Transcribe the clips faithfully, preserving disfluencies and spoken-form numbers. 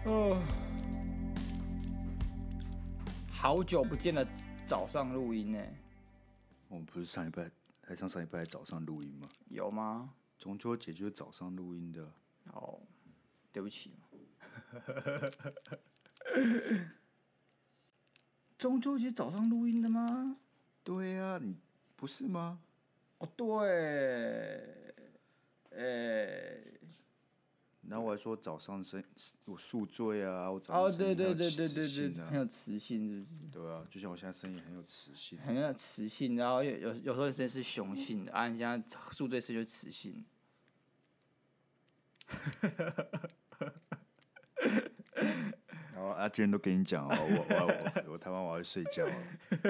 哦，好久不见了，早上录音呢？ 我们不是上礼拜还上上礼拜早上录音吗？ 有吗？ 中秋节就是早上录音的。 哦，对不起。中秋节早上录音的吗？ 对啊，你不是吗？ 哦，对，诶。 然后我还说早上声我宿醉啊，我早哦， 上声音对对对对对对， 很有磁性啊很有磁性，是不是？ 对啊，就像我现在声音很有磁性。 很有磁性，然后有有有时候声音是雄性的，啊，你现在宿醉时就是雌性。 然后啊，今天都跟你讲哦，我我我我他妈我要去睡觉了。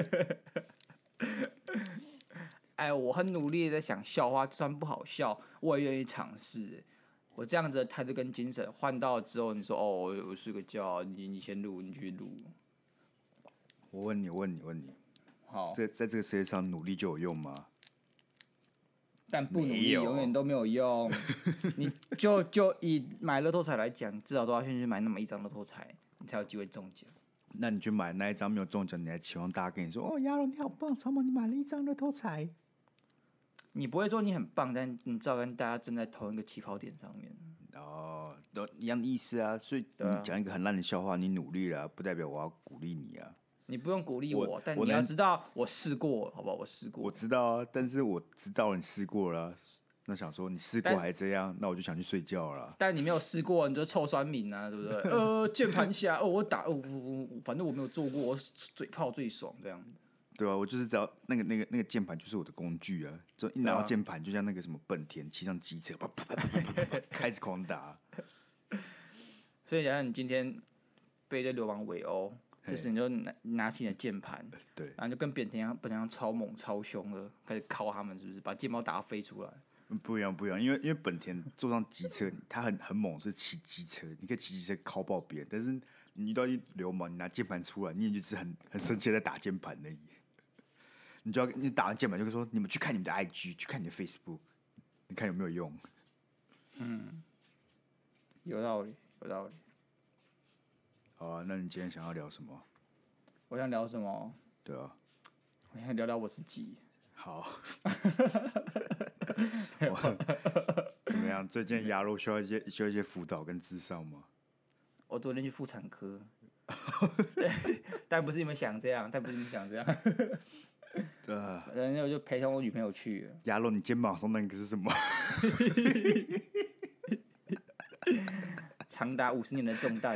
哎，我很努力的在想笑话，就算不好笑，我也愿意尝试。我这样子的态度跟精神换到了之后，你说哦，我我睡个觉，你你先录，你去录。 我问你，问你，问你， 好， 在在这个世界上努力就有用吗？ 但不努力永远都没有用。你就就以买乐透彩来讲，至少都要先去买那么一张乐透彩，你才有机会中奖。 那你去买那一张没有中奖，你还期望大家跟你说哦，亚龙你好棒，超猛，你买了一张乐透彩。 你不会说你很棒，但你照跟大家站在同一个起跑点上面。 哦，都一样的意思啊。所以你讲一个很烂的笑话，你努力了、啊，不代表我要鼓励你啊。 你不用鼓励我， 我但你要知道我试过，好不好？我试过。 我知道啊，但是我知道你试过了、啊，那想说你试过还这样，那我就想去睡觉了、啊。 但你没有试过，你就臭酸民啊，对不对？呃，键盘侠，哦，我打，哦，反正我没有做过，我嘴炮最爽这样。 对啊，我就是只要那个那个那个键盘就是我的工具啊，就一拿到键盘，就像那个什么本田骑上机车，啪啪啪啪啪啪啪开始狂打。 所以，假如你今天被这流氓围殴，就是你就拿拿起你的键盘， 对， 然后就跟本田一样，本田一样超猛超凶的，开始敲他们，是不是？把键盘打到飞出来。 不一样不一样，因为因为本田坐上机车，它很很猛，是骑机车，你可以骑机车敲爆别人，但是你遇到一流氓，你拿键盘出来，你也就是很很生气的在打键盘而已。你就要你打完键盘就说你们去看你们的 I G， 去看你的 Facebook， 你看有没有用？ 嗯，有道理，有道理。 好啊，那你今天想要聊什么？ 我想聊什么？ 对啊， 我想聊聊我自己。 好，怎么样？最近牙肉需要一些需要一些辅导跟智商吗？ 我昨天去妇产科，对，但不是你们想这样，但不是你们想这样。 对啊， 然后我就陪同我女朋友去了。 牙肉，你肩膀上那个是什么？ 长达五十年的重担。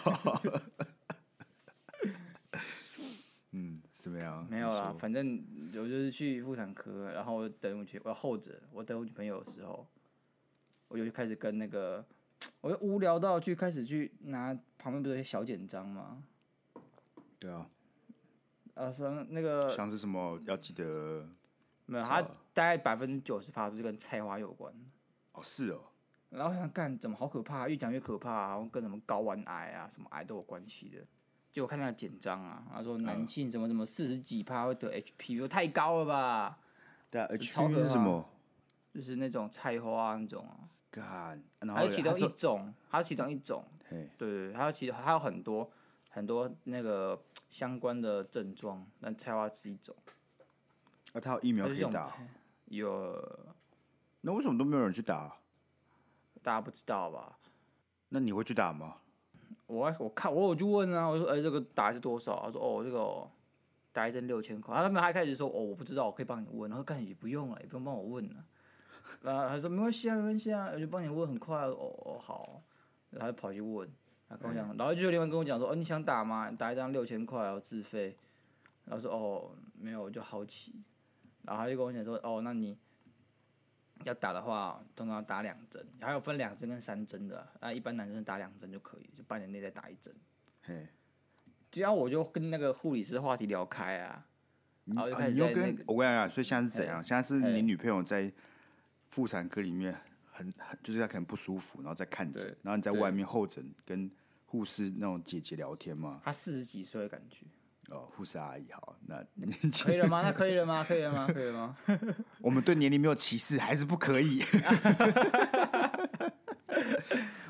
嗯，怎么样？ 没有啦，反正我就是去妇产科，然后我等我去，我候诊，我等我女朋友的时候，我就开始跟那个，我就无聊到去开始去拿旁边不是有些小简章吗？ 对啊， 呃，像那个像是什么要记得？ 没有，它大概百分之九十趴都是跟菜花有关。 哦，是哦。 然后我想干，怎么好可怕、啊？越讲越可怕、啊，好像跟什么睾丸癌啊、什么癌都有关系的。结果看那个简章啊，他说男性什么什么四十几趴会得 H P V， 太高了吧？ 对啊 ，H P V 是什么？ 就是那种菜花那种啊。 干， 还有其中一种，还有其中一种， 对对对，还有其实还有很多很多那个相关的症状，但菜花是一种。 啊，他有疫苗可以打？ 有。 那为什么都没有人去打？ 大家不知道吧？ 那你会去打吗？ 我我看我有去问啊，我说哎、欸、这个打是多少？他说哦这个、哦、打一针六千块。他们还开始说哦我不知道，我可以帮你问。然后干也不用了，也不用帮我问了。然后他说没关系啊没关系啊，我就帮你问很快哦哦好。然后他就跑去问，他跟我讲，然后就另外跟我讲说哦你想打吗？打一张六千块哦自费。然后说哦没有我就好奇。然后他就跟我讲说哦那你。要打的话，通常要打两针，还有分两针跟三针的。啊，一般男生打两针就可以，就半年内再打一针。 嘿， 只要我就跟那个护理师话题聊开啊，然后就开始在、那個啊、跟我跟你讲，所以现在是怎样？现在是你女朋友在妇产科里面很很，就是她可能不舒服，然后在看诊，然后你在外面候诊跟护士那种姐姐聊天嘛。 她四十几岁的感觉。 哦，护士阿姨好，那可以了吗？那可以了吗？可以了吗？可以了吗？ 我们对年龄没有歧视，还是不可以。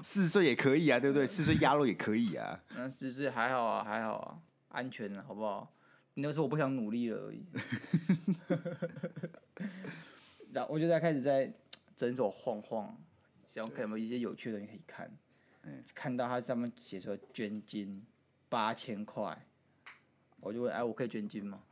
四十岁也可以啊，对不对？四十岁鸭肉也可以啊。 那四十岁还好啊，还好啊，安全了，好不好？你那时候我不想努力了而已。然后我就在开始在诊所晃晃，想要看有没有一些有趣的东西可以看。嗯、看到它上面写说捐金八千块，我就问：哎，我可以捐金吗？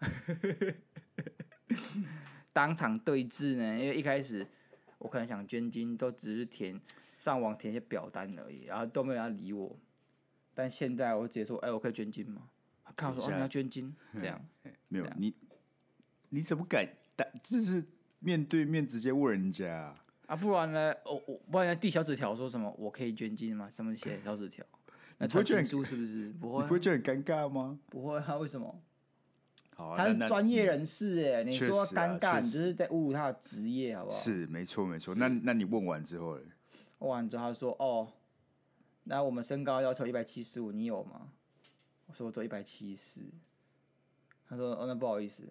当场对峙呢，因为一开始我可能想捐金，都只是填上网填一些表单而已，然后都没有人理我。但现在我直接说：哎，我可以捐金吗？他看我说：哦，你要捐金，这样没有你，你怎么敢？就是面对面直接问人家啊？ 啊，不然呢？我我不然递小纸条说什么？我可以捐金吗？上面写小纸条，那传情书是不是？不会、啊， 你不会觉得很尴尬吗？ 不会啊，为什么？ 好啊， 他是专业人士哎、嗯，你说尴尬， 啊、 你就是在侮辱他的职业，好不好？ 是，没错没错。那那你问完之后呢？ 问完之后他说：哦，那我们身高要求一百七十五，你有吗？我说我只有一百七十四。他说：哦，那不好意思。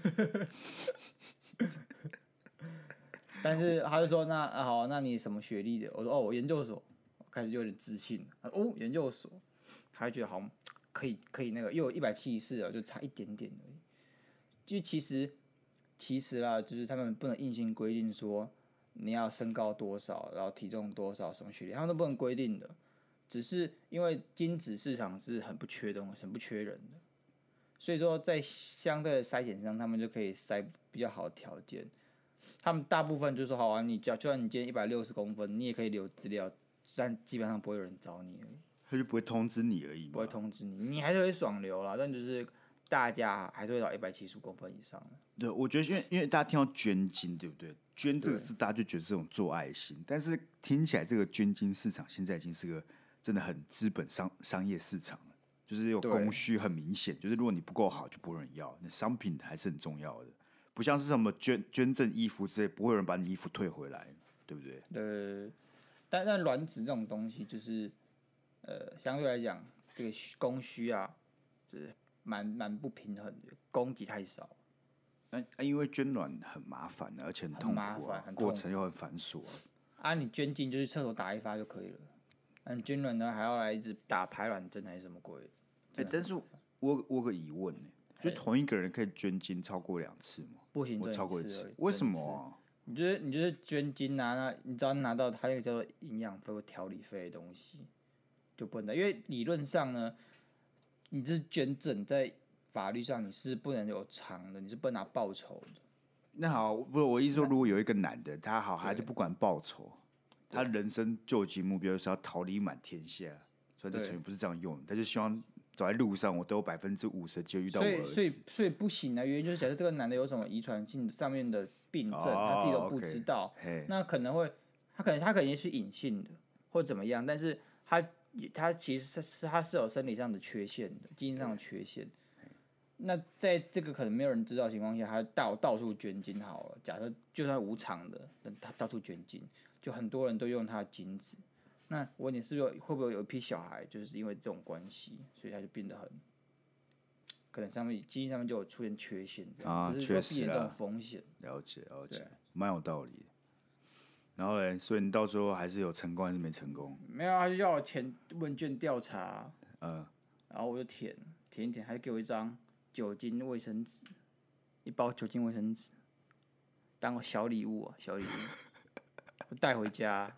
但是他就说：那、啊、好，那你什么学历的？我说：哦，我研究所。我开始就有点自信了。哦，研究所，他就觉得好像可以可以那个，又有一百七十四了，就差一点点而已。就其实其实啦，就是他们不能硬性规定说你要身高多少，然后体重多少，什么学历，他们都不能规定的。只是因为精子市场是很不缺东西，很不缺人的，所以说在相对的筛选上，他们就可以筛比较好的条件。他们大部分就说好啊，你就算你今天一百六十公分，你也可以留资料，但基本上不会有人找你而已。 他就不会通知你而已， 不会通知你，你还是会爽留啦，但就是大家还是会到一百七十五公分以上。 对，我觉得因为因为大家听到捐精，对不对？捐这个字，大家就觉得是这种做爱心，但是听起来这个捐精市场现在已经是个真的很资本商商业市场了，就是有供需很明显，就是如果你不够好，就不会有人要，那商品还是很重要的，不像是什么捐捐赠衣服之类，不会有人把你衣服退回来，对不对？ 对，但但卵子这种东西，就是呃，相对来讲，这个供需啊，是蛮蛮不平衡的，供给太少。 那、啊、因为捐卵很麻烦，而且很痛苦啊，过程又很繁琐啊。 啊，你捐精就去厕所打一发就可以了。那你捐卵呢，还要来一直打排卵针还是什么鬼？ 哎、欸，但是我我有个疑问呢、欸，就同一个人可以捐精超过两次吗？ 不行， 我超过一次，为什么啊？ 你就是你就是捐精啊，那你只要拿到它那个叫做营养费或调理费的东西，就不能，因为理论上呢，你这是捐赠，在法律上你是不能有偿的，你是不能拿报酬的。 那好，不是我意思说，如果有一个男的，他好，他就不管报酬，他人生究极目标就是要桃李满天下，虽然这成语不是这样用的，他就希望走在路上，我都有百分之五十的机会遇到我儿子。 所以，所以，所以不行的原因就是，假设这个男的有什么遗传性上面的病症，哦、他自己都不知道， okay. 那可能会，他可能他可能也是隐性的，或怎么样，但是他他其实是他是有生理上的缺陷的，基因上的缺陷。那在这个可能没有人知道的情况下，他到到处捐精好了。假设就算无偿的，他到处捐精，就很多人都用他的精子。那我问你，是不是会不会有一批小孩，就是因为这种关系，所以他就变得很，可能上面基因上面就有出现缺陷， 啊， 确实避免这种风险。 了解了解，蛮有道理的。然后嘞，所以你到时候还是有成功还是没成功？ 没有，他就要我填问卷调查， 嗯， 然后我就填填一填，他就给我一张酒精卫生纸，一包酒精卫生纸，当个小礼物啊，小礼物，我带回家。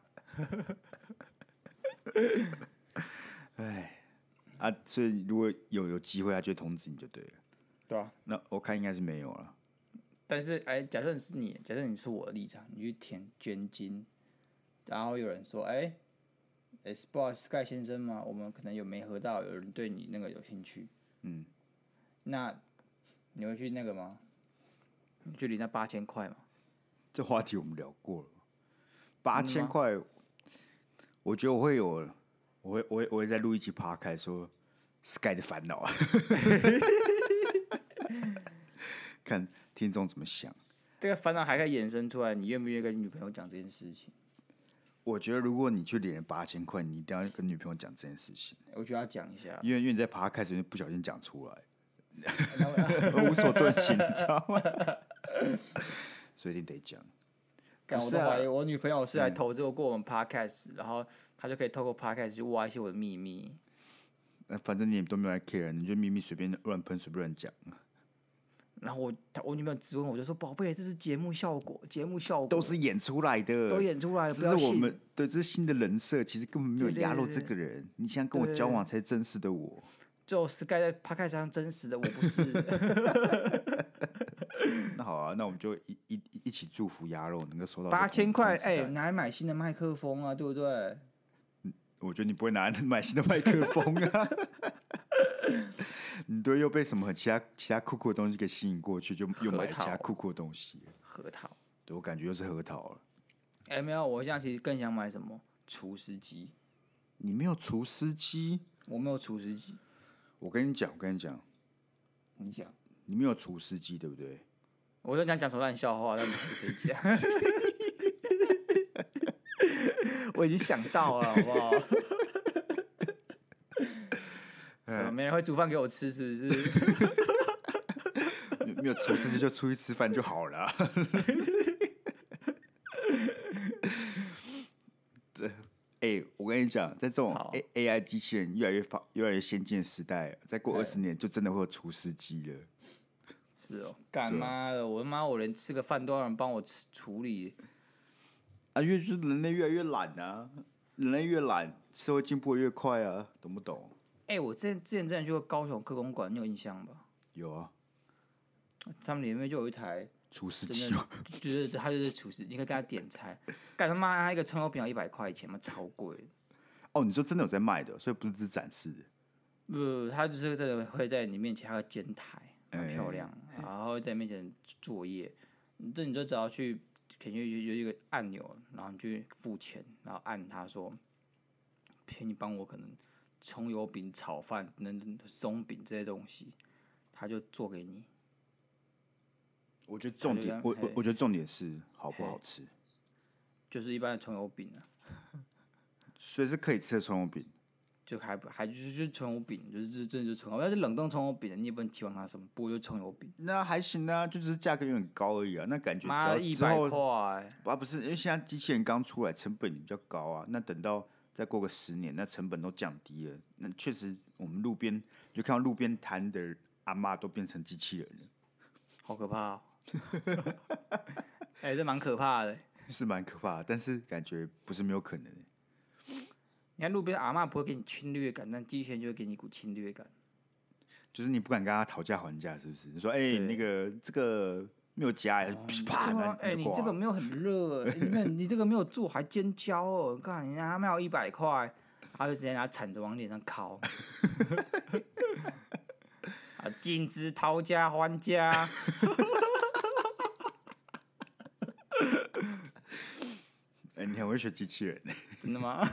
哎，啊，所以如果有有机会，他就会通知你就对了。 对啊。 那我看应该是没有了。 但是，哎，假设你是你，假设你是我的立场，你去填捐精，然后有人说，哎，哎，不好意思，Sky 先生吗？我们可能有没合到，有人对你那个有兴趣。 嗯。 那你会去那个吗？你去领那八千块吗？ 这话题我们聊过了。八千块，我觉得我会有，我会我会我会再录一期 podcast 说 Sky 的烦恼啊，看听众怎么想。 这个烦恼还可以衍生出来，你愿不愿意跟女朋友讲这件事情？ 我觉得如果你去领了八千块，你一定要跟女朋友讲这件事情。 我觉得要讲一下， 因为因为你在 podcast 里面不小心讲出来。无所遁形，你知道吗？所以一定得讲。 干我不是啊都怀疑我女朋友是来投资过我们 podcast，、然后她就可以透过 podcast 去挖一些我的秘密。 那反正你也都没有来 care，你就秘密随便乱喷，随便乱讲。 然后我我女朋友质问我，就说：“宝贝，这是节目效果，节目效果都是演出来的， 都演出来了，不这要信。” 是我们对，这是新的人设，其实根本没有对对压肉对这个人。你现在跟我交往才是真实的我。 只有 Sky 在 podcast 上真实的，我不是。 那好啊，那我们就一一一起祝福鸭肉能够收到八千块，哎、 哎， 拿来买新的麦克风啊，对不对？ 我觉得你不会拿来买新的麦克风啊。你对又被什么其他其他酷酷的东西给吸引过去，就又买其他酷酷的东西。 核桃， 对我感觉又是核桃了。 哎、没有，我现在其实更想买什么除湿机。 你没有除湿机？ 我没有除湿机。 我跟你讲，我跟你讲， 你讲， 你没有除湿机，对不对？ 我在讲讲什么烂笑话，但你谁讲？我已经想到了，好不好？什么没人会煮饭给我吃，是不是？ 没有厨师就出去吃饭就好了。这，哎，我跟你讲，在这种 A A I 机器人越来越发越来越先进的时代，再过二十年就真的会有厨师机了。 是哦，干妈的，我他妈我连吃个饭都要人帮我处理。 啊，因为就是人类越来越懒啊，人类越懒，社会进步越快啊，懂不懂？ 哎、欸，我之前之前真的去过高雄科工馆，你有印象吧？ 有啊， 他们里面就有一台厨师机嘛， 就是他就是厨师，你可以跟他点菜。干他妈，他一个葱油饼要一百块钱嘛，超贵。 哦，你说真的有在卖的，所以不是只展示的。 不，他就是真的会在你面前，还有煎台，很漂亮，欸欸、然后在你面前作业。这你就只要去，肯定有有一个按钮，然后你去付钱，然后按他说，陪你帮我可能。葱油饼、炒饭、能松饼这些东西，他就做给你。 我觉得重点，我我我觉得重点是好不好吃， 就是一般的葱油饼啊， 所以是可以吃的葱油饼， 就还还就是就是葱油饼，就是真的就是葱油，要是冷冻葱油饼，你也不能期望它什么，不过就是葱油饼。 那还行啊，就只是价格有点高而已啊，那感觉妈一百块， 啊不是，因为现在机器人刚出来，成本比较高啊，那等到。再过个十年，那成本都降低了。那确实，我们路边就看到路边摊的阿嬷都变成机器人了， 好可怕、哦！哎、欸，这蛮可怕的， 是蛮可怕的，但是感觉不是没有可能。 你看路边阿嬷不会给你侵略感，但机器人就会给你一股侵略感。 就是你不敢跟他讨价还价，是不是？你说，哎、欸，那个这个。没有加呀，啪！ 哎、欸，你这个没有很热，你没你这个没有做还煎焦哦，看人家他卖我一百块，他就直接拿铲子往脸上敲。啊，禁止讨价还价。 哎、欸，你很会学机器人， 真的吗？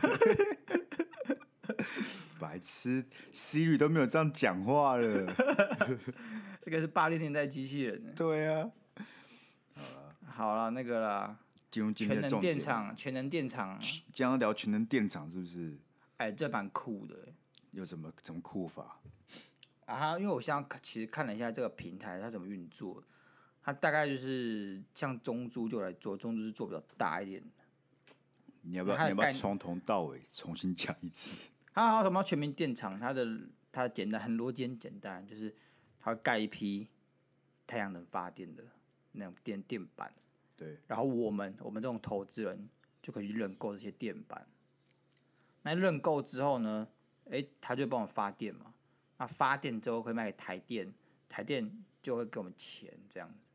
白痴 ，Siri 都没有这样讲话了。 这个是八零年代机器人。 对啊。 好了，那个啦， 进入今天的重点。 全能电厂，全能电厂。 今天要聊全能电厂是不是？ 哎、欸，这蛮酷的。 有什么怎么酷法？ 啊，因为我现在其实看了一下这个平台它怎么运作，它大概就是像中珠就来做，中珠是做比较大一点的。 你要不要？你要不要从头到尾重新讲一次？ 它有什么全民电厂？它的它简单，很逻辑很简单，就是它会盖一批太阳能发电的那种电电板。 对， 然后我们我们这种投资人就可以去认购这些电板。那认购之后呢，哎，他就帮我发电嘛。那发电之后会卖给台电，台电就会给我们钱，这样子。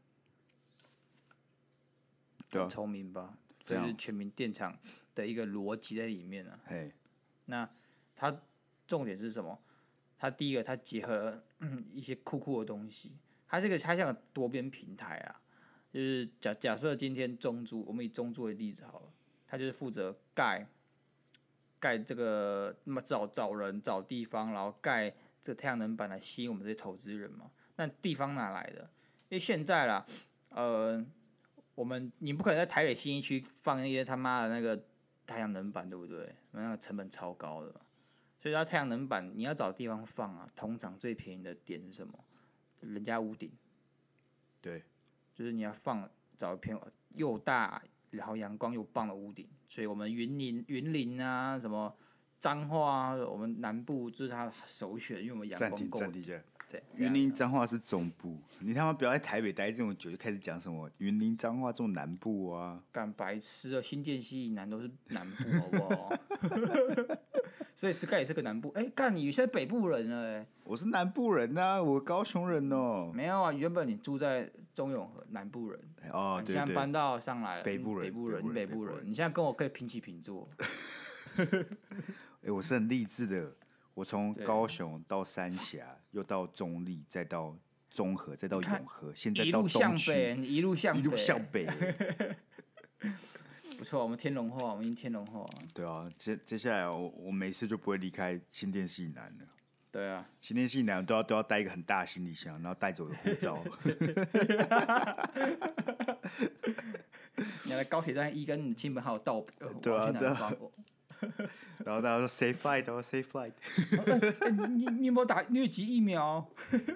对啊， 很聪明吧？这就是全民电厂的一个逻辑在里面啊。 嘿， 那它重点是什么？它第一个，它结合了、嗯、一些酷酷的东西。它这个它像个多边平台啊。就是假假设今天中珠，我们以中珠为例子好了，他就是负责盖盖这个，那么找找人找地方，然后盖这个太阳能板来吸引我们这些投资人嘛。那地方哪来的？因为现在啦，呃，我们你不可能在台北信义区放一些他妈的那个太阳能板，对不对？那个成本超高的，所以它太阳能板你要找地方放啊，通常最便宜的点是什么？人家屋顶。 对。 就是你要放找一片又大然后阳光又棒的屋顶，所以我们云林云林啊，什么彰化啊，我们南部就是它首选，因为我们阳暂光够。 停暂停一下。 对， 云林彰化是中部，你他妈不要在台北待这么久，就开始讲什么云林彰化这种南部啊？ 干白痴啊！新店西以南都是南部，好不好？所以 Sky 也是个南部。哎、欸，干你现在北部人了、欸？ 我是南部人呐、啊，我高雄人哦。 没有啊，原本你住在中永和，南部人。 哦，对对。 你现在搬到上来了， 北部人， 北部人，你北部人。你现在跟我可以平起平坐。 哎欸，我是很励志的。我从高雄到三峡，又到中立，再到中和，再到永和，现在到东区， 一路向北， 一路向北。 不错，我们天龙话，我们已经天龙话。 对啊，接接下来我我每次就不会离开新店西南了。 对啊， 新店西南都要都要带一个很大的行李箱，然后带着我的护照。 你来高铁站一跟你的亲朋好友道别， 对啊，对啊。 然后大家说 safe flight， 哦 safe flight。 欸、你你有没有打疟疾疫苗？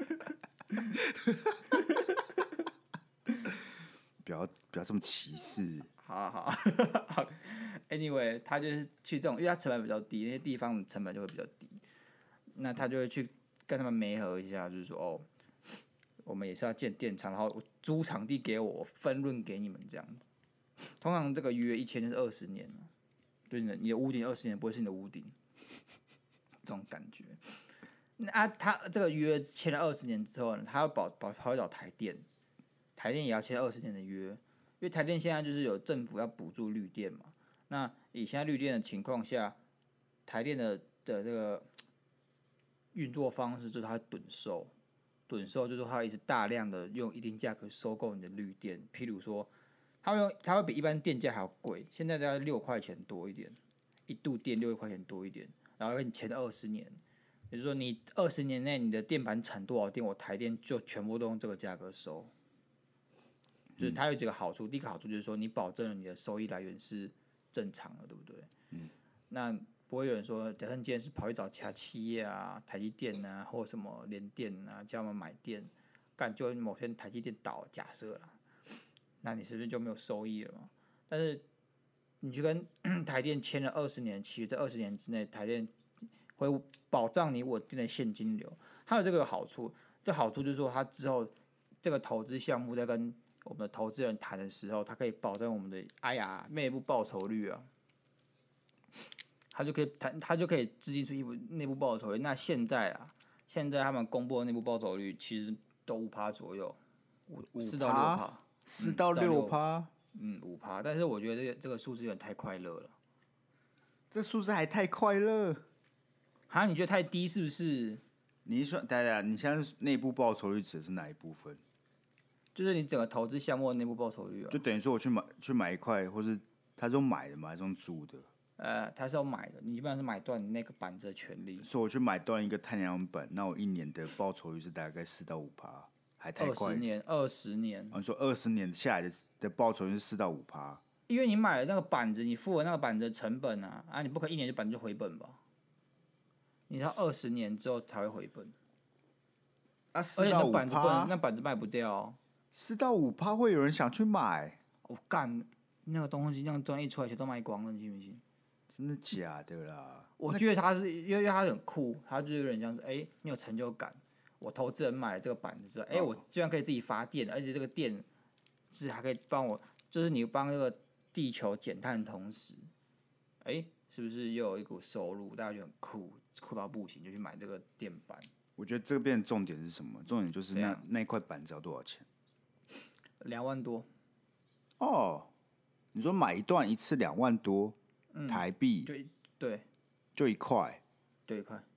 不要不要这么歧视。 好好好 ，anyway， 他就是去这种，因为他成本比较低，那些地方成本就会比较低，那他就会去跟他们媒合一下，就是说哦，我们也是要建电厂，然后租场地给我，我分润给你们这样子。通常这个约一签就是二十年。对，你的屋顶二十年不会是你的屋顶，这种感觉。那啊，他这个约签了二十年之后呢，他要保保他会找台电，台电也要签二十年的约，因为台电现在就是有政府要补助绿电嘛。那以现在绿电的情况下，台电的的这个运作方式就是它趸售，趸售就是它一直大量的用一定价格收购你的绿电，譬如说。它会用，它会比一般电价还要贵，现在大概六块钱多一点，一度电六块钱多一点，然后跟你签二十年，也就是说你二十年内你的电板产多少电，我台电就全部都用这个价格收。就是它有几个好处，第一个好处就是说你保证了你的收益来源是正常的，对不对？嗯。那不会有人说，假设你今天是跑去找其他企业啊，台积电啊，或者什么联电啊，叫他们买电，干就某天台积电倒，假设啦。那你是不是就没有收益了嘛？但是你去跟台电签了二十年期，在二十年之内，台电会保障你稳定的现金流。它有这个好处，这好处就是说，它之后这个投资项目在跟我们的投资人谈的时候，它可以保证我们的哎呀内部报酬率啊，它就可以谈，它就可以制定出一部内部报酬率。那现在啊，现在他们公布的内部报酬率其实都五趴左右，五四到六趴。 四到六趴， 嗯，五趴，但是我觉得这个这个数字有点太快乐了。 这数字还太快乐， 哈？你觉得太低是不是？ 你说，大家，你现在内部报酬率指的是哪一部分？ 就是你整个投资项目的内部报酬率啊。 就等于说我去买去买一块，或是他是用买的嘛，还是用租的？ 呃，他是要买的，你基本上是买断你那个板子的权利。 所以我去买断一个太阳能板，那我一年的报酬率是大概四到五趴。还太快， 二十年，二十年。 你说二十年下来的的报酬是四到五趴， 因为你买了那个板子，你付了那个板子的成本啊，啊，你不可能一年就板子就回本吧？你要二十年之后才会回本。 啊，四到五趴， 那板子卖不掉、哦。 四到五趴会有人想去买？ 我、哦、干，那个东西那样专一出来，全都卖光了，你信不信？ 真的假的啦？ 我觉得他是因为他很酷，他就是有点像是，哎、欸，你有成就感。我投资人买了这个板子，哎、欸，我居然可以自己发电，而且这个电是还可以帮我，就是你帮这个地球减碳的同时，哎、欸，是不是又有一股收入？大家就很酷，酷到不行，就去买这个电板。 我觉得这个变成重点是什么？重点就是那那块板子要多少钱？ 两万多。 哦，你说买一段一次两万多、嗯、台币？ 就对， 就一块， 就一块。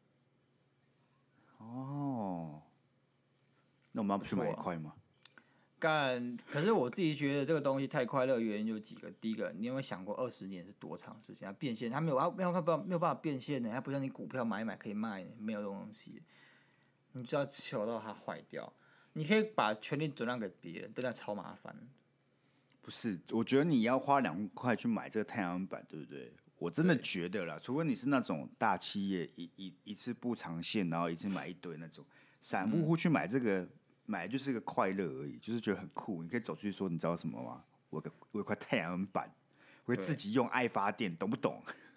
哦，那我们要不去买一块吗？ 干，可是我自己觉得这个东西太快乐，原因有几个。第一个，你有没有想过二十年是多长时间？它变现，它没有，它没有办法，没有办法变现的。它不像你股票买一买可以卖，没有这种东西。你就要求到它坏掉。你可以把权利转让给别人，但那超麻烦。 不是，我觉得你要花两万块去买这个太阳能板，对不对？我真的觉得啦，除非你是那种大企业一一一次不长线，然后一次买一堆那种，散户户去买这个，嗯、买就是个快乐而已，就是觉得很酷。你可以走出去说，你知道什么吗？ 我有个我有块太阳能板，我会自己用爱发电，懂不懂？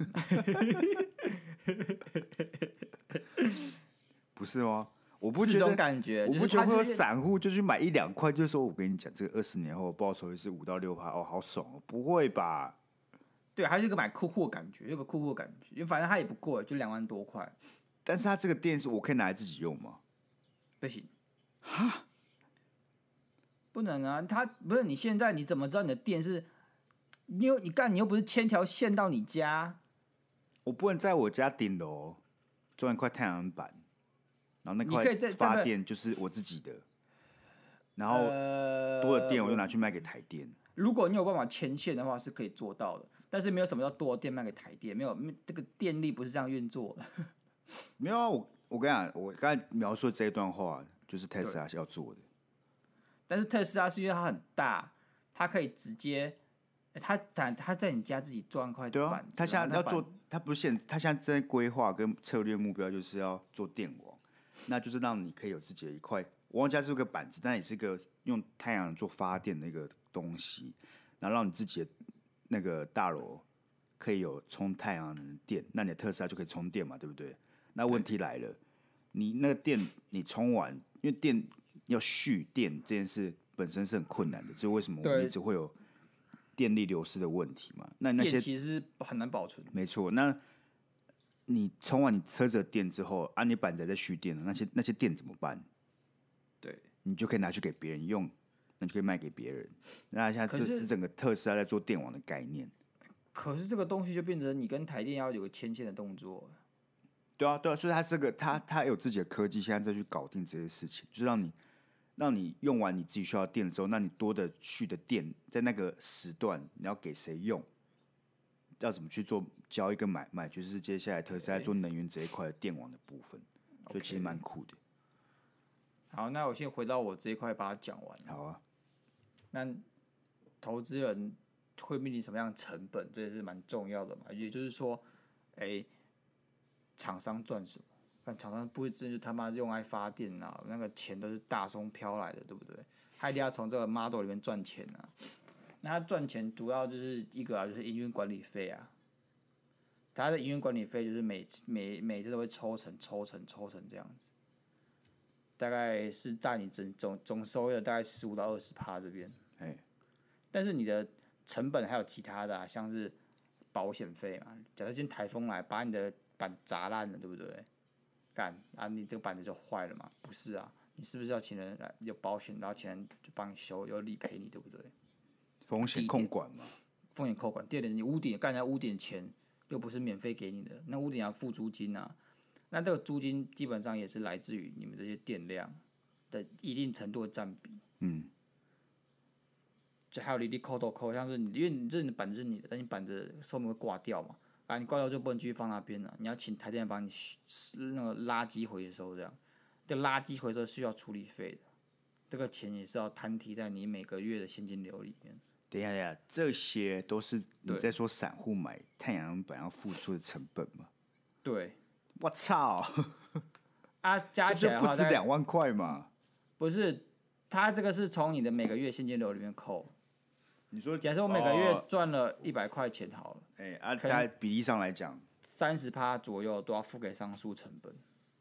不是吗？我不觉得， 是这种感觉， 我不觉得会有就是散户就去买一两块，就说我跟你讲，这个二十年后报酬率是五到六趴，哦，好爽哦！不会吧？ 对，还是一个买酷酷的感觉，有个酷酷的感觉，因为反正它也不贵，就两万多块。 但是它这个电是我可以拿来自己用吗？ 不行，哈，不能啊！它不是你现在你怎么知道你的电是？你又你干，你又不是牵条线到你家， 我不能在我家顶楼装一块太阳能板，然后那块你可以在发电就是我自己的，然后多的电我就拿去卖给台电。 如果你有办法牵线的话，是可以做到的，但是没有什么叫多的电卖给台电，没有这个电力不是这样运作的。 没有啊，我我跟你讲，我刚才描述的这一段话就是特斯拉要做的。 但是特斯拉是因为它很大，它可以直接，它它它在你家自己装一块板子。 对啊，他现在要做，他不是现，他现在正在规划跟策略目标就是要做电网，那就是让你可以有自己的一块，我忘记它是个板子，但也是个用太阳能做发电的一个东西，然后让你自己的那个大楼可以有充太阳能的电，那你的特斯拉就可以充电嘛，对不对？那问题来了，你那个电你充完，因为电要蓄电这件事本身是很困难的，这是为什么我们一直会有电力流失的问题嘛？那那些电其实很难保存。 没错，那你充完你车子的电之后，啊，你板子在蓄电了，那些那些电怎么办？ 对， 你就可以拿去给别人用，那就可以卖给别人。那现在是是整个特斯拉在做电网的概念。 可是这个东西就变成你跟台电要有个牵线的动作。 对啊，对啊，所以他这个他他有自己的科技，现在再去搞定这些事情，就是让你让你用完你自己需要的电之后，那你多的蓄的电在那个时段你要给谁用？要怎么去做交易跟买卖？就是接下来特斯拉做能源这一块的电网的部分， okay. 所以其实蛮酷的。 好，那我先回到我这一块把它讲完。 好啊。 那投资人会面临什么样的成本？这也是蛮重要的嘛。也就是说，哎、欸，厂商赚什么？但厂商不会真就他妈用来发电啊，那个钱都是大松飘来的，对不对？他一定要从这个 model 里面赚钱啊。那他赚钱主要就是一个啊，就是营运管理费啊。他的营运管理费就是每每每次都会抽成、抽成、抽成这样子，大概是占你总总总收益的大概十五到二十趴这边。 哎， 但是你的成本还有其他的、啊，像是保险费嘛。假设今天台风来把你的板砸烂了，对不对？干啊，你这个板子就坏了嘛？不是啊，你是不是要请人来有保险，然后请人就帮你修，有理赔你，对不对？ 风险控管嘛。 风险控管。第二点，你屋顶干人家屋顶钱又不是免费给你的，那屋顶要付租金啊。那这个租金基本上也是来自于你们这些电量的一定程度的占比。 嗯。 就还有你你扣都扣，像是你因为你这你的板子是你的，但你板子寿命会挂掉嘛，啊，你挂掉就不能继续放那边了，你要请台电帮你那个垃圾回收这样，这垃圾回收需要处理费的，这个钱也是要摊提在你每个月的现金流里面。 等一下，等一下，这些都是你在说散户买太阳能板要付出的成本吗？ 对。 我操！ 啊，加起来的话不止两万块嘛？ 不是，它这个是从你的每个月现金流里面扣。 你说， 假设我每个月赚了一百块钱好了， 哎、哦，啊，大概比例上来讲， 三十趴左右都要付给上述成本。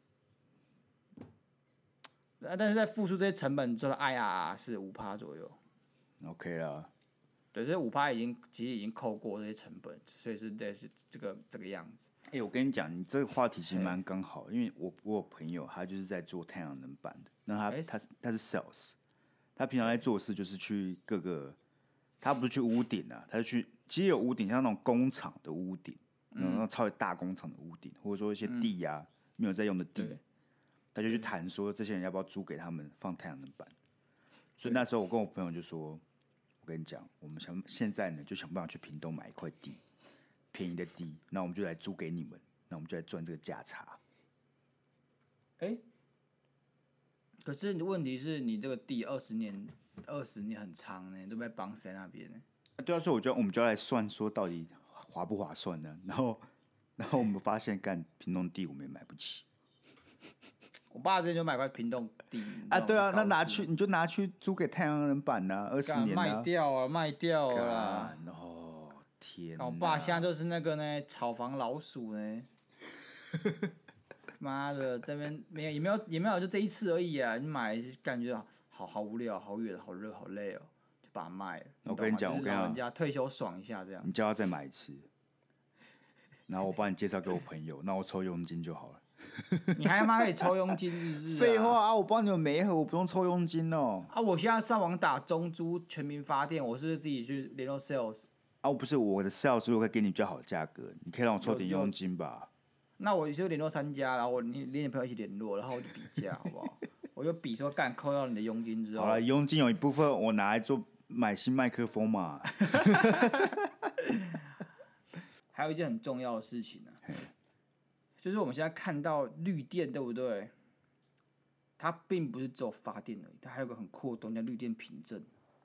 但是在付出这些成本之后 ，I R R 是五趴左右。 OK 啦。 对，这五趴已经其实已经扣过这些成本，所以是这是这个这个样子。 哎、欸，我跟你讲，你这个话题其实蛮刚好，因为我我有朋友他就是在做太阳能板的，那他、欸、他他是 sales， 他平常在做事就是去各个，他不是去屋顶啊，他是去其实有屋顶，像那种工厂的屋顶，嗯，那种超级大工厂的屋顶，或者说一些地呀、啊嗯、没有在用的地，他就去谈说这些人要不要租给他们放太阳能板。所以那时候我跟我朋友就说，我跟你讲，我们想现在呢就想办法去屏东买一块地。便宜的地，那我们就来租给你们，那我们就来赚这个价差。 哎、欸，可是问题是你这个地二十年，二十年很长呢，都在绑谁那边呢？ 对啊，所以我就我们就要来算说到底划不划算呢？然后，然后我们发现干屏东地我们也买不起。 我爸之前就买块屏东地啊，对啊，那拿去你就拿去租给太阳能板呐、啊，二十年、啊、 卖掉了，卖掉了啦。 哦，天！ 我爸现在就是那个呢，炒房老鼠呢。妈的，这边没有也没有也没有，就这一次而已啊！你买感觉好好无聊、好远、好热、好累哦，就把它卖了。 我跟你讲，我跟你讲， 人家退休爽一下这样。 你叫他再买一次，然后我帮你介绍给我朋友，那我抽佣金就好了。 你还他妈可以抽佣金是不是、啊？ 废话啊！我帮你们媒合，我不用抽佣金哦。 啊，我现在上网打中租全民发电，我是不是自己去联络 sales？ 啊，我不是我的 sales， 我可以给你比较好的价格，你可以让我抽点佣金吧。 那我就联络三家，然后我你连你朋友一起联络，然后我就比价，好不好？我就比说干扣到你的佣金之后， 好了，佣金有一部分我拿来做买新麦克风嘛。 还有一件很重要的事情呢、啊，就是我们现在看到绿电，对不对？它并不是只有发电而已，它还有个很酷的东西叫绿电凭证。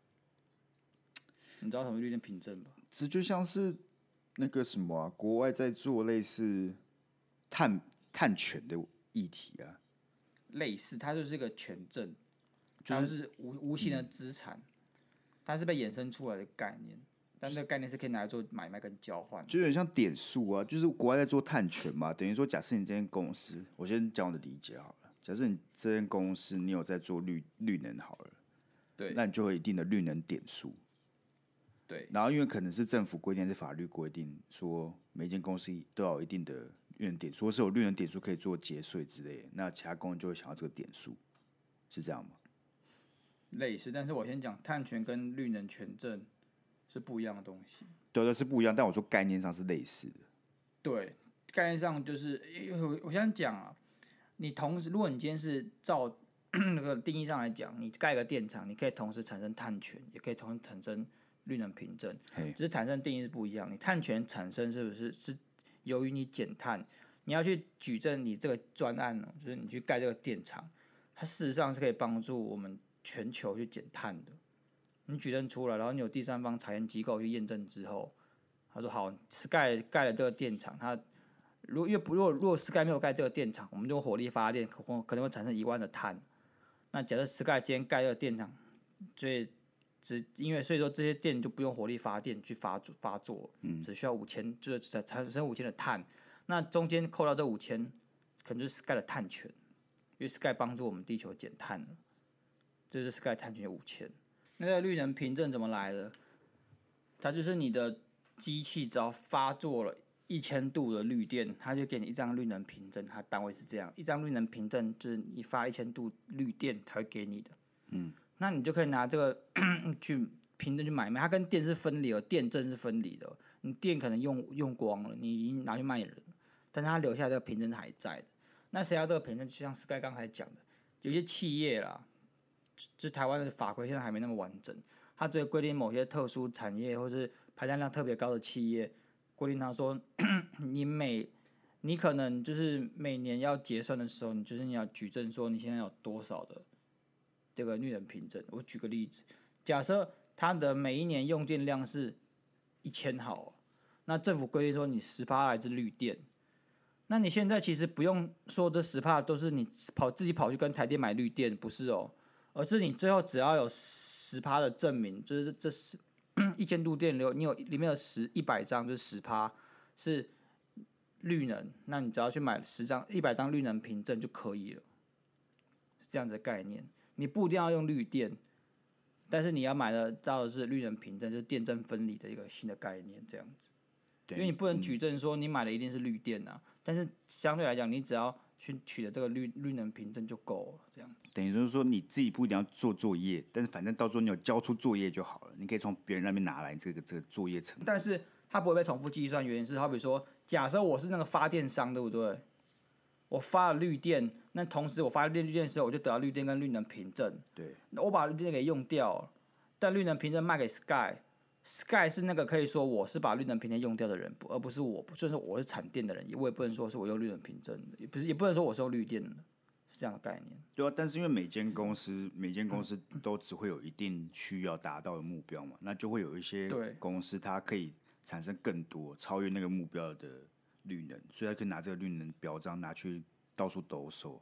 你知道什么绿电凭证吧？ 这就像是那个什么啊，国外在做类似碳碳权的议题啊。 类似，它就是一个权证，它是无无形的资产，嗯、它是被衍生出来的概念。但这个概念是可以拿来做买卖跟交换， 就有点像点数啊，就是国外在做碳权嘛，等于说，假设你这间公司，我先讲我的理解好了，假设你这间公司你有在做绿绿能好了， 对， 那你就会有一定的绿能点数， 对， 然后因为可能是政府规定还是法律规定，说每间公司都要有一定的绿能点数，或是有绿能点数可以做节税之类的，那其他公司就会想要这个点数，是这样吗？ 类似，但是我先讲碳权跟绿能权证。是不一样的东西， 对对是不一样，但我说概念上是类似的。 对，概念上就是，我我先讲啊，你同时，如果你今天是照那个定义上来讲，你盖个电厂，你可以同时产生碳权，也可以同时产生绿能凭证，只是产生定义是不一样。你碳权产生是不是是由于你减碳，你要去举证你这个专案哦，就是你去盖这个电厂，它事实上是可以帮助我们全球去减碳的。你举证出来，然后你有第三方查验机构去验证之后，他说好，是盖盖了这个电厂，它如因为不如果如果 Sky 没有盖这个电厂，我们用火力发电可可能会产生一万的碳。那假设 Sky 今天盖这个电厂，所以只因为所以说这些电就不用火力发电去发发作，嗯、只需要五千，就是产生五千的碳。那中间扣到这五千，可能就是 Sky 的碳权，因为 Sky 帮助我们地球减碳了，这是 Sky 碳权有五千。那个绿能凭证怎么来的？它就是你的机器只要发作了一千度的绿电，它就给你一张绿能凭证。它单位是这样，一张绿能凭证就是你发一千度绿电才会给你的。嗯，那你就可以拿这个去凭证去买卖，它跟电是分离的，电证是分离的。你电可能用用光了，你已经拿去卖人，但是它留下这个凭证是还在的。那谁要这个凭证？就像 Sky 刚才讲的，有些企业啦。就台湾的法规现在还没那么完整，它只会规定某些特殊产业或是排碳量特别高的企业，规定他说，你每你可能就是每年要结算的时候，你就是你要举证说你现在有多少的这个绿能凭证。我举个例子，假设它的每一年用电量是一千好，那政府规定说你十趴来自绿电，那你现在其实不用说这十趴都是你跑自己跑去跟台电买绿电，不是哦。而是你最后只要有十趴的证明，就是这十一千度电流，你有里面有十一百张，就是十趴是绿能，那你只要去买十张一百张绿能凭证就可以了，是这样子的概念。你不一定要用绿电，但是你要买得到的是绿能凭证，就是电证分离的一个新的概念，这样子。因为你不能举证说你买的一定是绿电啊，嗯、但是相对来讲，你只要去取得这个绿绿能凭证就够了，这样子。 等于就是说你自己不一定要做作业，但是反正到时候你有交出作业就好了，你可以从别人那边拿来这个这个作业成果。 但是它不会被重复计算，原因是好比说，假设我是那个发电商，对不对？我发了绿电，那同时我发绿绿电的时候，我就得到绿电跟绿能凭证。 对。 我把绿电给用掉了，但绿能凭证卖给 Sky。Sky 是那个可以说我是把绿能凭证用掉的人，而不是我，就是我是产电的人，我也不能说是我用绿能凭证的，也不是也不能说我是用绿电的，是这样的概念。 对啊，但是因为每间公司每间公司都只会有一定需要达到的目标嘛，那就会有一些公司它可以产生更多超越那个目标的绿能，所以它可以拿这个绿能表彰拿去到处兜售。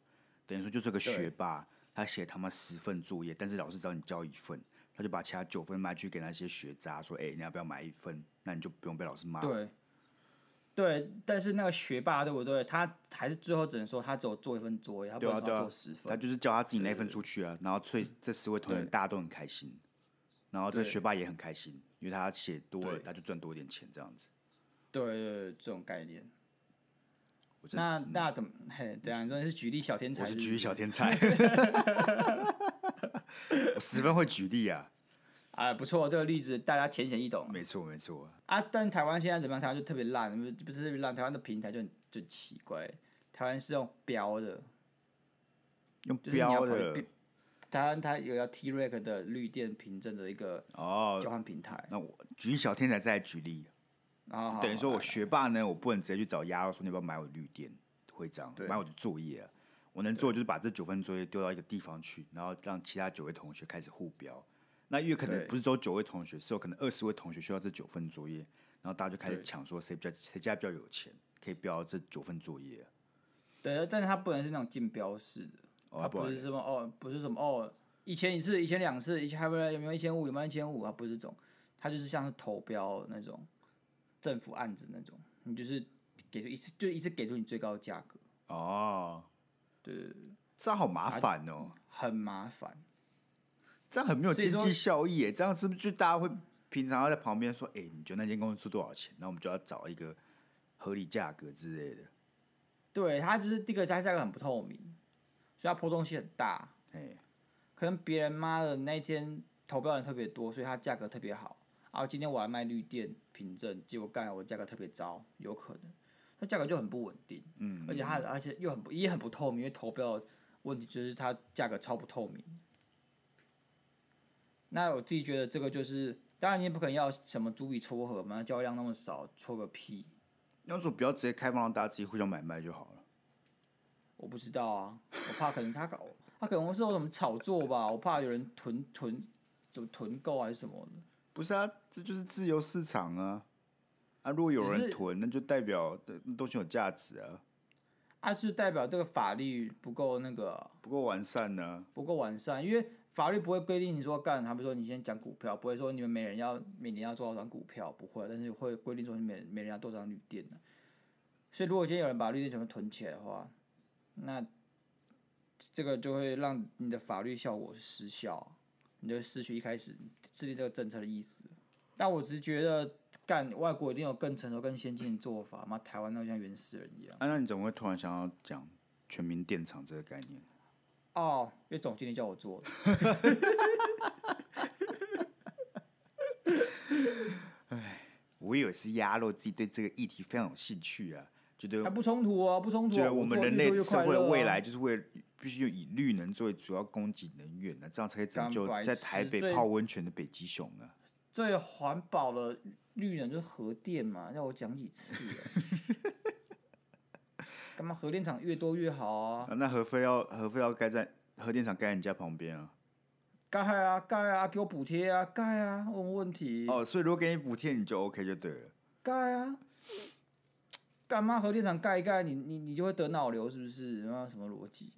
等于说就是个学霸，他写他妈十份作业，但是老师找你交一份，他就把其他九份卖去给那些学渣，说：“哎、欸，你要不要买一份？那你就不用被老师骂。” 对，对，但是那个学霸对不对？他还是最后只能说他只有做一份作业，他不能说做十份。 他就是叫他自己那份出去啊，然后所以这十位同学大家都很开心，然后这学霸也很开心，因为他写多了，他就赚多一点钱这样子。 对对对，这种概念。那那怎么？嘿，这样真的是举例小天才是不是？ 我是举例小天才，我十分会举例啊。 啊，不错，这个例子大家浅显易懂。 没错没错。 啊，但台湾现在怎么样？台湾就特别烂，不是特别烂，台湾的平台就很就很奇怪。台湾是用标的， 用标的。 就是、台湾它有要 T-Rec 的绿电凭证的一个交换平台。哦、 那我举例小天才再来举例。 哦、 等于说我学霸呢，我不能直接去找鸭肉说你要不要买我的绿电徽章，买我的作业啊。我能做的就是把这九份作业丢到一个地方去，然后让其他九位同学开始互标。那因为可能不是只有九位同学，是有可能二十位同学需要这九份作业，然后大家就开始抢说谁比较谁家比较有钱，可以标这九份作业、啊。 对，但是它不能是那种竞标式的， 哦、 它不是什么哦，不是什么哦，一千一次，一千两次，一千还有没有一千五，有没有一千五？它不是这种，它就是像是投标那种政府案子那种，你就是给出一次就一次给出你最高的价格。 哦， 对对对， 这样好麻烦哦， 很麻烦。 这样很没有经济效益耶，这样是不是就大家会平常要在旁边说，哎、欸，你觉得那间公司出多少钱？那我们就要找一个合理价格之类的。 对，它就是第一个，它价格很不透明，所以它波动性很大。 哎， 可能别人妈的那天投标人特别多，所以它价格特别好。然后今天我来卖绿电凭证，结果干我价格特别糟，有可能，它价格就很不稳定。嗯，而且它而且又很不也很不透明，因为投标的问题就是它价格超不透明。那我自己觉得这个就是，当然你也不可能要什么逐笔撮合嘛，交易量那么少，撮个屁。 要说不要直接开放让大家自己互相买卖就好了。 我不知道啊，我怕可能他搞，他可能是有什么炒作吧，我怕有人囤囤，怎么囤购还是什么的。 不是啊，这就是自由市场啊。啊，如果有人囤，那就代表东西有价值啊。 啊，是代表这个法律不够那个， 不够完善呢、啊。 不够完善，因为法律不会规定你说干，他比如说你先讲股票，不会说你们每人要每年要多少张股票，不会，但是会规定说你每每人要多少张绿电的。所以如果今天有人把绿电全部囤起来的话，那这个就会让你的法律效果失效，你就失去一开始制定这个政策的意思。但我只是觉得，干外国一定有更成熟、更先进的做法，妈台湾那像原始人一样。 啊，那你怎么会突然想要讲全民电厂这个概念？ 哦，因为总经理叫我做的。 哎，我以为是鸭肉自己对这个议题非常有兴趣啊。觉得还不冲突啊，不冲突、啊。 觉得我们人类社会的未来啊、 就是为了必须以绿能作为主要供给能源啊，这样才可以拯救在台北泡温泉的北极熊啊。 最环保的绿能就是核电嘛，要我讲几次啊？干嘛核电厂越多越好啊？ 啊那核废要核废要盖在核电厂盖在你家旁边啊？ 盖啊盖啊，给我补贴啊盖啊，问问题。 哦，所以如果给你补贴，你就 OK 就对了。 盖啊。干嘛核电厂盖一盖，你你你就会得脑瘤是不是？那什么逻辑？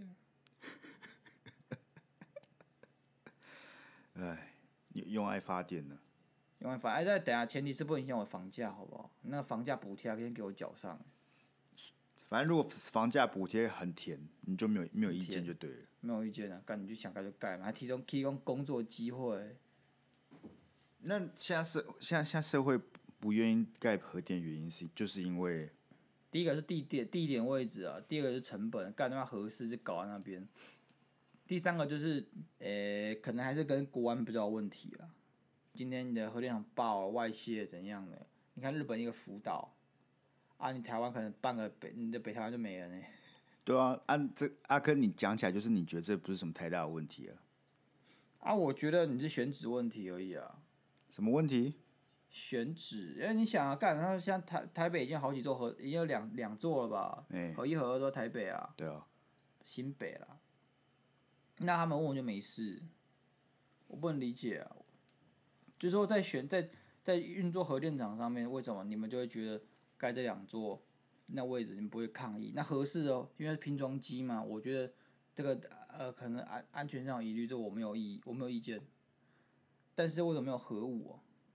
哎，用爱发电呢？ 用爱发，哎，再等下，前提是不影响我房价，好不好？那个房价补贴先给我缴上。 反正如果房价补贴很甜，你就没有没有意见就对了。 没有意见啊，干你就想盖就盖嘛，还提供提供工作机会。 那现在社现在现在社会不愿意盖核电，原因是就是因为。 第一个是地点地点位置啊，第二个是成本，干他妈合适就搞在那边。第三个就是，呃、欸，可能还是跟国安比较有问题啦。今天你的核电厂爆了外泄怎样的？你看日本一个福岛，啊，你台湾可能半个北，你的北台湾就没了呢。 对啊，按这阿珂你讲起来，就是你觉得这不是什么太大的问题啊？ 啊，我觉得你是选址问题而已啊。 什么问题？ 选址，因为你想啊，干，他像台台北已经好几座核，已经有两两座了吧？ 欸、 核一核二都在台北啊。 对啊。 新北啦。那他们问我就没事，我不能理解啊。就是说在选在在运作核电厂上面，为什么你们就会觉得盖这两座那位置你们不会抗议？那合适哦，因为是拼装机嘛，我觉得这个呃可能安安全上有疑虑，这我没有意我没有意见。但是为什么没有核武啊？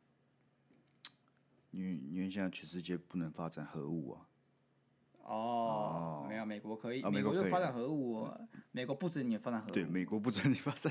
因为因为现在全世界不能发展核武啊。 哦，没有，美国可以， 啊、 美国可以就发展核武、啊，美国不准你发展核武。 对，美国不准你发展。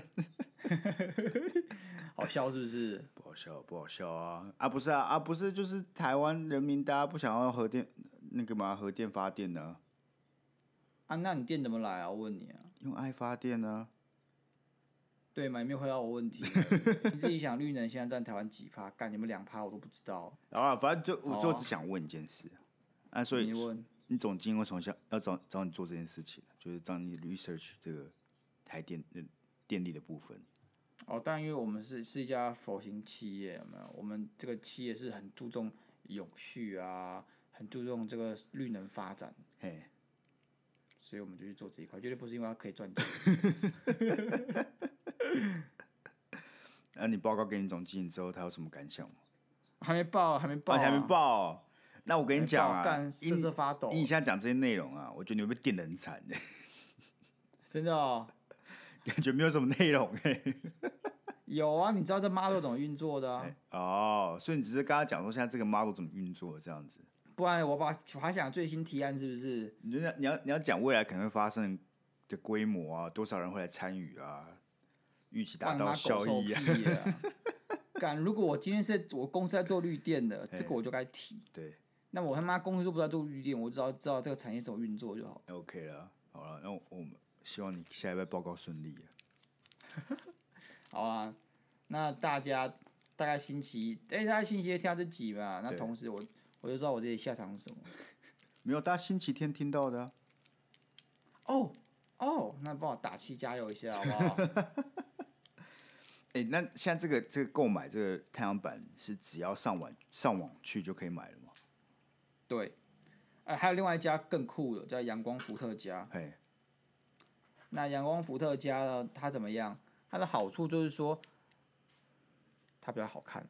好笑是不是？ 不好笑，不好笑啊！啊，不是啊，啊，不是，就是台湾人民大家不想要核电那个嘛，核电发电的、啊。 啊，那你电怎么来啊？我问你啊。 用爱发电啊。 对嘛？你没有回答我问题。你自己想，绿能现在占台湾几趴？干你们两趴我都不知道。 啊，反正就我就只想问一件事啊，所以你问你总经为什么想要找找你做这件事情？就是让你 research 这个台电电力的部分。 哦，当然，因为我们是是一家佛型企业，有没有？我们这个企业是很注重永续啊，很注重这个绿能发展。 嘿， 所以我们就去做这一块，绝对不是因为它可以赚钱。 那、啊、你报告给你总经理之后，他有什么感想吗？ 还没报，还没报、啊， 啊、还没报、哦。那我跟你讲啊， 瑟瑟发抖。 你现在讲这些内容啊，我觉得你会被电得很惨的。 真的哦， 感觉没有什么内容哎、欸。 有啊，你知道这 model 怎么运作的啊？ 欸、哦，所以你只是跟他讲说现在这个 model 怎么运作这样子。 不然我把我还想最新提案是不是？ 你就你要你要讲未来可能会发生的规模啊，多少人会来参与啊，预期达到效益啊。 干，如果我今天是我公司在做绿电的，这个我就该提。 对。 那我他妈公司都不在做绿电，我只要知道这个产业怎么运作就好。 OK 了，好了，那我们希望你下一拜报告顺利啊。 好啊，那大家大概星期，哎、欸，大概星期一听到这集吧。那同时我我就知道我自己下场是什么。 没有，大家星期天听到的、啊。 哦哦，那帮我打气加油一下好不好？ 哎、欸，那现在这个这个购买这个太阳板是只要上网上网去就可以买了吗？ 对，哎、呃，还有另外一家更酷的，叫阳光伏特加。 嘿， 那阳光伏特加呢？它怎么样？它的好处就是说，它比较好看、啊。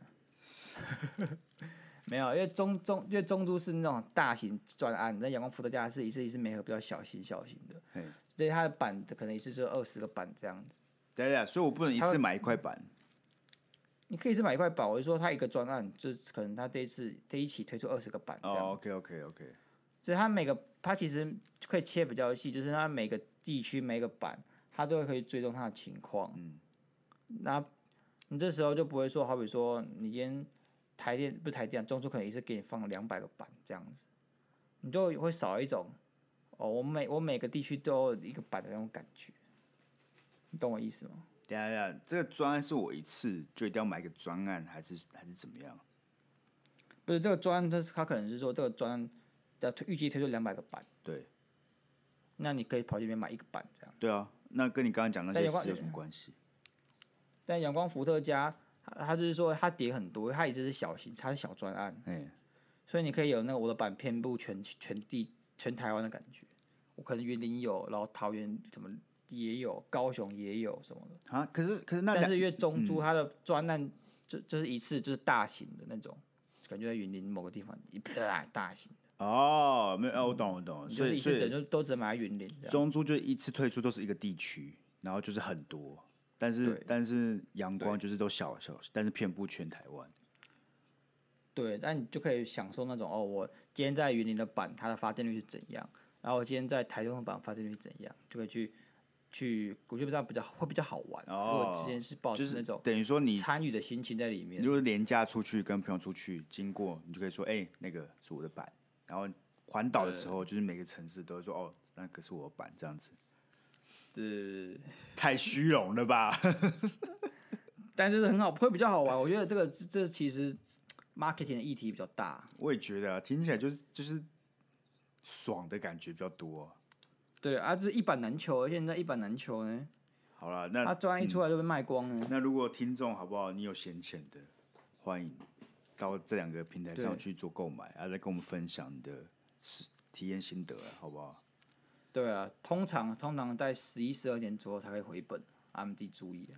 没有，因为中中因为中珠是那种大型专案，那阳光伏特加是一次一次每盒比较小型小型的，所以它的板可能一次就二十个板这样子。 对对，所以我不能一次买一块板。 你可以一次买一块板，我就说它一个专案，就可能它这一次这一期推出二十个板这样。 哦 ，OK OK OK。 所以它每个它其实可以切比较细，就是它每个地区每个板，它都可以追踪它的情况。嗯。那你这时候就不会说，好比说你今天台电不是台电，中珠可能一次给你放两百个板这样子，你就会少一种哦，我每我每个地区都有一个板的那种感觉，你懂我意思吗？ 等一下等一下，这个专案是我一次就一定要买一个专案，还是还是怎么样？ 不是这个专案，这是他可能是说这个专案的预计推出两百个板， 对， 那你可以跑这边买一个板这样。 对啊，那跟你刚刚讲那些事有什么关系？ 但阳光伏特加，它就是说它叠很多，它一直是小型，它是小专案， 欸、 所以你可以有那个我的板遍布全全地全台湾的感觉。我可能云林有，然后桃园什么也有，高雄也有什么的。 啊，可是可是那但是因为中珠它的专案就就是一次就是大型的那种，感觉在云林某个地方一啪大型的。 哦，没有，我懂我懂，所以就是一次整就都只能买在云林。 中珠就一次推出都是一个地区，然后就是很多。但是但是阳光就是都小小，但是遍布全台湾。 对，但你就可以享受那种哦，我今天在云林的板，它的发电率是怎样，然后我今天在台中的板发电率是怎样，就可以去去，我觉得这样比较会比较好玩。哦、如果之前是保持那种等于说你参与的心情在里面。 如果廉价出去跟朋友出去经过，你就可以说，哎、欸，那个是我的板。然后环岛的时候，就是每个城市都会说，哦，那个是我的板，这样子。 是太虚荣了吧？ 但是很好，会比较好玩。我觉得这个这其实 marketing 的议题比较大。 我也觉得、啊，听起来就是就是爽的感觉比较多。 对啊，就是一板难求，现在一板难求呢。 好了，那他专案一出来就被卖光了、 嗯。那如果听众好不好，你有闲钱的，欢迎到这两个平台上去做购买，啊，再跟我们分享你的体验心得，好不好？ 对啊，通常通常在十一、十二年左右才会回本，啊，你们自己注意啊。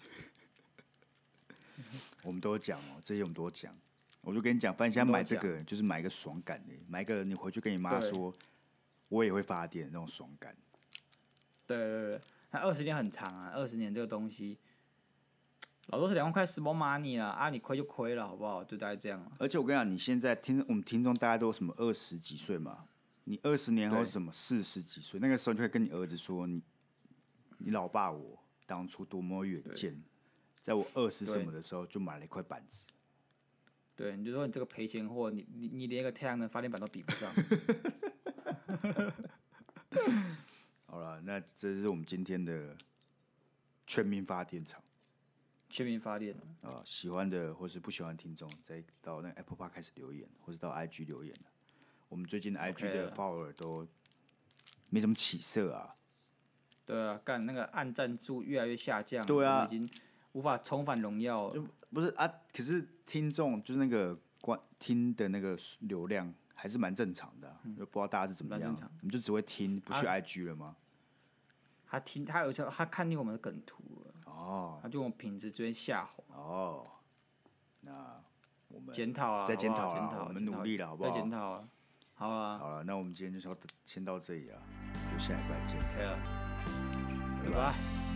我们都有讲哦，这些我们都有讲。我就跟你讲，反正现在买这个就是买一个爽感的，买一个你回去跟你妈说，我也会发电那种爽感。 对对对， 那二十年很长啊，二十年这个东西，老多是两万块 small money 啦，啊，你亏就亏了，好不好？就大概这样了。 而且我跟你讲，你现在听我们听众大家都什么二十几岁嘛，你二十年后什么四十几岁，那个时候你就会跟你儿子说，你你老爸我当初多么远见，在我二十什么的时候就买了一块板子。 对，你就说你这个赔钱货，你你你连一个太阳能发电板都比不上。 好了，那这是我们今天的全民发电厂。 全民发电啊、呃，喜欢的或是不喜欢的听众，再到那个 Apple Park 开始留言，或是到 I G 留言。我们最近的 I G 的 follower 都没什么起色啊。 对啊，干那个按赞数越来越下降， 对啊， 已经无法重返荣耀了。 不是啊，可是听众就是那个观听的那个流量还是蛮正常的、啊，嗯、不知道大家是怎么样，你们就只会听不去 I G 了吗？ 啊、他听他有时候他看见我们的梗图了， 哦， 他就我们品质这边下滑。 哦，那我们检讨了， 再检讨了， 我们努力了，好不好？ 再检讨了，好了， 好了，那我们今天就先先到这里啊，就下礼拜见。 可以了，拜拜。